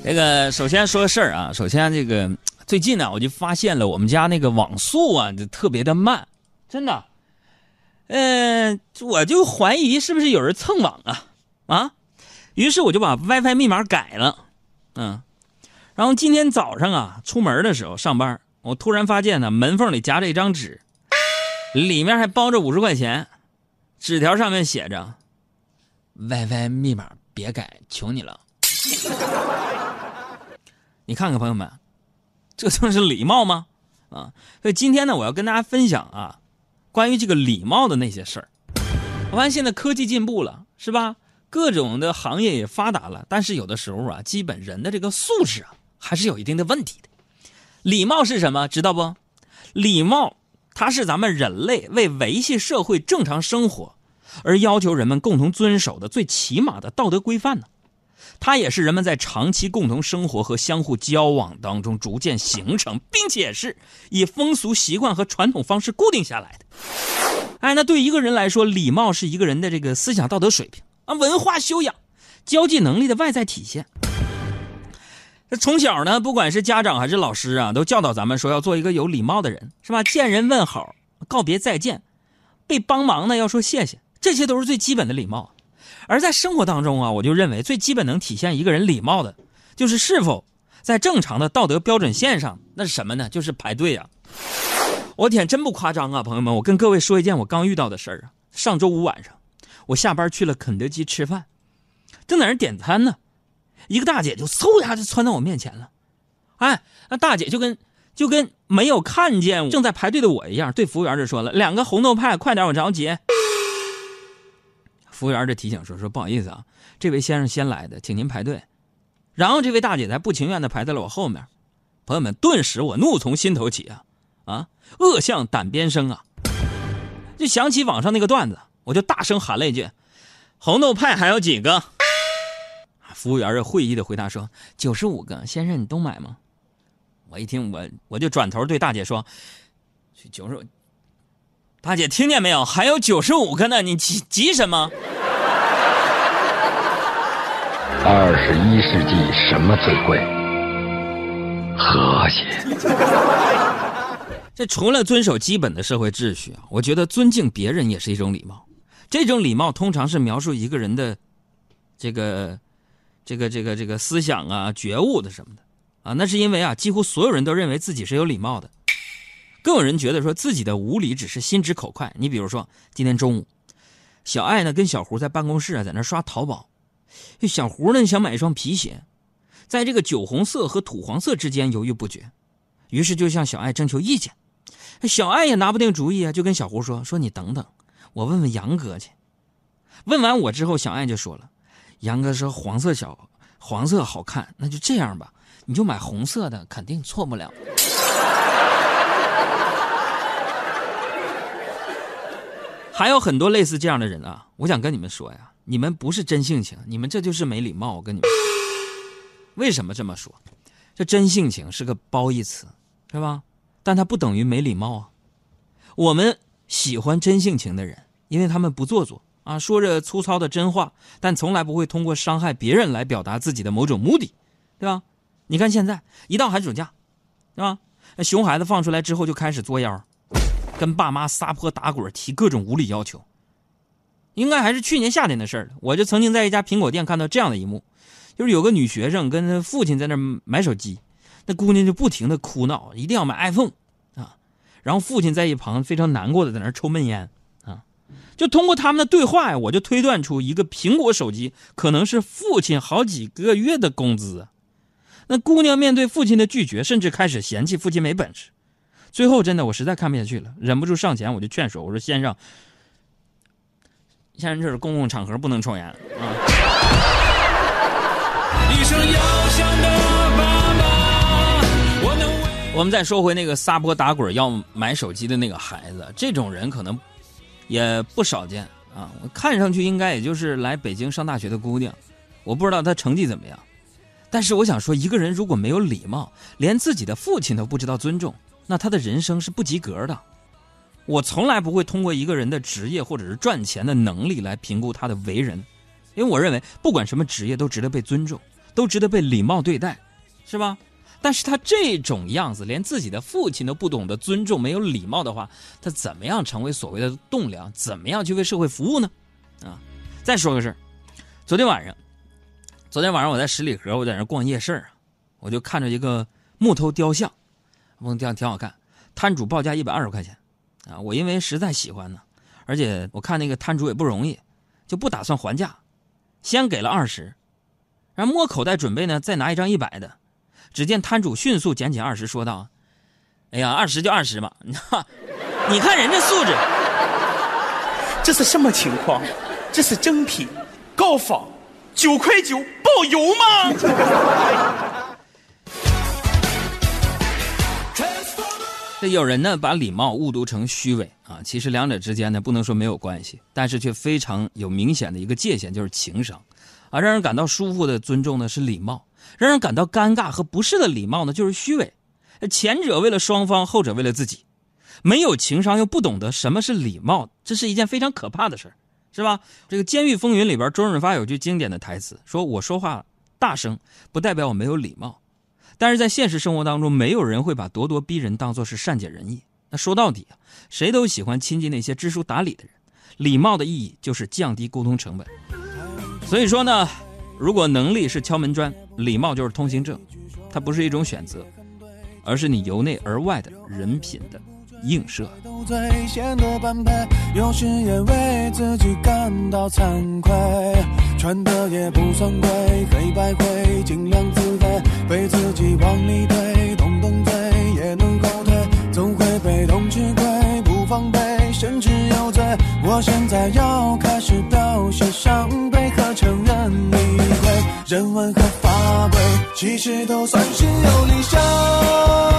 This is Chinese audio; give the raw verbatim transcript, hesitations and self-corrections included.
这个首先说个事儿啊，首先这个最近呢，我就发现了我们家那个网速啊，就特别的慢，真的。嗯、呃，我就怀疑是不是有人蹭网啊啊，于是我就把 WiFi 密码改了，嗯，然后今天早上啊，出门的时候上班，我突然发现呢，门缝里夹着一张纸，里面还包着五十块钱，纸条上面写着 ：“WiFi 密码别改，求你了。”你看看朋友们，这就是礼貌吗？啊，所以今天呢，我要跟大家分享啊，关于这个礼貌的那些事儿。我发现现在科技进步了，是吧？各种的行业也发达了，但是有的时候啊，基本人的这个素质啊，还是有一定的问题的。礼貌是什么？知道不？礼貌，它是咱们人类为维系社会正常生活而要求人们共同遵守的最起码的道德规范呢。它也是人们在长期共同生活和相互交往当中逐渐形成，并且是以风俗习惯和传统方式固定下来的。哎，那对一个人来说，礼貌是一个人的这个思想道德水平啊、文化修养、交际能力的外在体现。从小呢，不管是家长还是老师啊，都教导咱们说要做一个有礼貌的人，是吧？见人问好，告别再见，被帮忙呢要说谢谢，这些都是最基本的礼貌。而在生活当中啊，我就认为最基本能体现一个人礼貌的，就是是否在正常的道德标准线上。那是什么呢？就是排队啊！我天，真不夸张啊，朋友们！我跟各位说一件我刚遇到的事儿啊。上周五晚上，我下班去了肯德基吃饭，正在那点餐呢，一个大姐就嗖一下就窜到我面前了。哎，那大姐就跟就跟没有看见正在排队的我一样，对服务员就说了：“两个红豆派，快点，我着急。”服务员就提醒说：“说不好意思啊，这位先生先来的，请您排队。”然后这位大姐才不情愿的排在了我后面。朋友们，顿时我怒从心头起啊！啊，恶向胆边生啊！就想起网上那个段子，我就大声喊了一句：“红豆派还有几个？”服务员就会意的回答说：“九十五个，先生你都买吗？”我一听，我我就转头对大姐说：“九十五。”大姐听见没有？还有九十五个呢，你急急什么？ 二十一世纪什么最贵？和谐。 这除了遵守基本的社会秩序啊，我觉得尊敬别人也是一种礼貌。这种礼貌通常是描述一个人的这个这个这个这个思想啊、觉悟的什么的啊。那是因为啊，几乎所有人都认为自己是有礼貌的。更有人觉得说自己的无礼只是心直口快。你比如说今天中午，小爱呢跟小胡在办公室啊在那刷淘宝，小胡呢想买一双皮鞋，在这个酒红色和土黄色之间犹豫不决，于是就向小爱征求意见。小爱也拿不定主意啊，就跟小胡说说你等等，我问问杨哥去。问完我之后，小爱就说了，杨哥说黄色小黄色好看，那就这样吧，你就买红色的，肯定错不了。还有很多类似这样的人啊，我想跟你们说呀，你们不是真性情，你们这就是没礼貌。我跟你们说，为什么这么说？这真性情是个褒义词，是吧？但它不等于没礼貌啊。我们喜欢真性情的人，因为他们不做作啊，说着粗糙的真话，但从来不会通过伤害别人来表达自己的某种目的，对吧？你看现在一到寒暑假，对吧？熊孩子放出来之后就开始作妖，跟爸妈撒泼打滚，提各种无理要求。应该还是去年夏天的事儿了。我就曾经在一家苹果店看到这样的一幕，就是有个女学生跟她父亲在那买手机，那姑娘就不停的哭闹，一定要买 iPhone 啊。然后父亲在一旁非常难过的在那抽闷烟啊。就通过他们的对话呀，我就推断出一个苹果手机可能是父亲好几个月的工资啊。那姑娘面对父亲的拒绝，甚至开始嫌弃父亲没本事。最后真的我实在看不下去了，忍不住上前我就劝说，我说先生先生这是公共场合不能抽烟啊。一声遥响的爸爸，我能为我们再说回那个撒泼打滚要买手机的那个孩子，这种人可能也不少见啊。我看上去应该也就是来北京上大学的姑娘，我不知道她成绩怎么样。但是我想说，一个人如果没有礼貌，连自己的父亲都不知道尊重，那他的人生是不及格的。我从来不会通过一个人的职业或者是赚钱的能力来评估他的为人，因为我认为不管什么职业都值得被尊重， 都值得被礼貌对待，是吧？但是他这种样子，连自己的父亲都不懂得尊重，没有礼貌的话，他怎么样成为所谓的栋梁？怎么样去为社会服务呢？啊！再说个事儿，昨天晚上，昨天晚上我在十里河，我在那逛夜市啊，我就看着一个木头雕像，木头雕像挺好看，摊主报价一百二十块钱，啊，我因为实在喜欢呢，而且我看那个摊主也不容易，就不打算还价，先给了二十，然后摸口袋准备呢再拿一张一百的。只见摊主迅速捡起二十，说道：“哎呀，二十就二十嘛，你看人家素质。” 这是什么情况？这是正品高仿九块九包邮吗？ 这有人呢把礼貌误读成虚伪啊，其实两者之间呢不能说没有关系，但是却非常有明显的一个界限，就是情商啊。让人感到舒服的尊重呢是礼貌，让人感到尴尬和不适的礼貌呢就是虚伪。前者为了双方，后者为了自己。没有情商又不懂得什么是礼貌，这是一件非常可怕的事儿，是吧？这个《监狱风云》里边，周润发有句经典的台词，说我说话大声不代表我没有礼貌，但是在现实生活当中，没有人会把咄咄逼人当作是善解人意。那说到底啊，谁都喜欢亲近那些知书达理的人。礼貌的意义就是降低沟通成本。所以说呢，如果能力是敲门砖，礼貌就是通行证，它不是一种选择，而是你由内而外的人品的映射。 最显得般配，有时也为自己感到惭愧，穿的也不算贵，黑白灰尽量自卑，被自己往里推，动动嘴也能后退，总会被动吃亏，不防备甚至有罪。我现在要开始表现伤悲和承认理亏，人文和法规其实都算是有理想。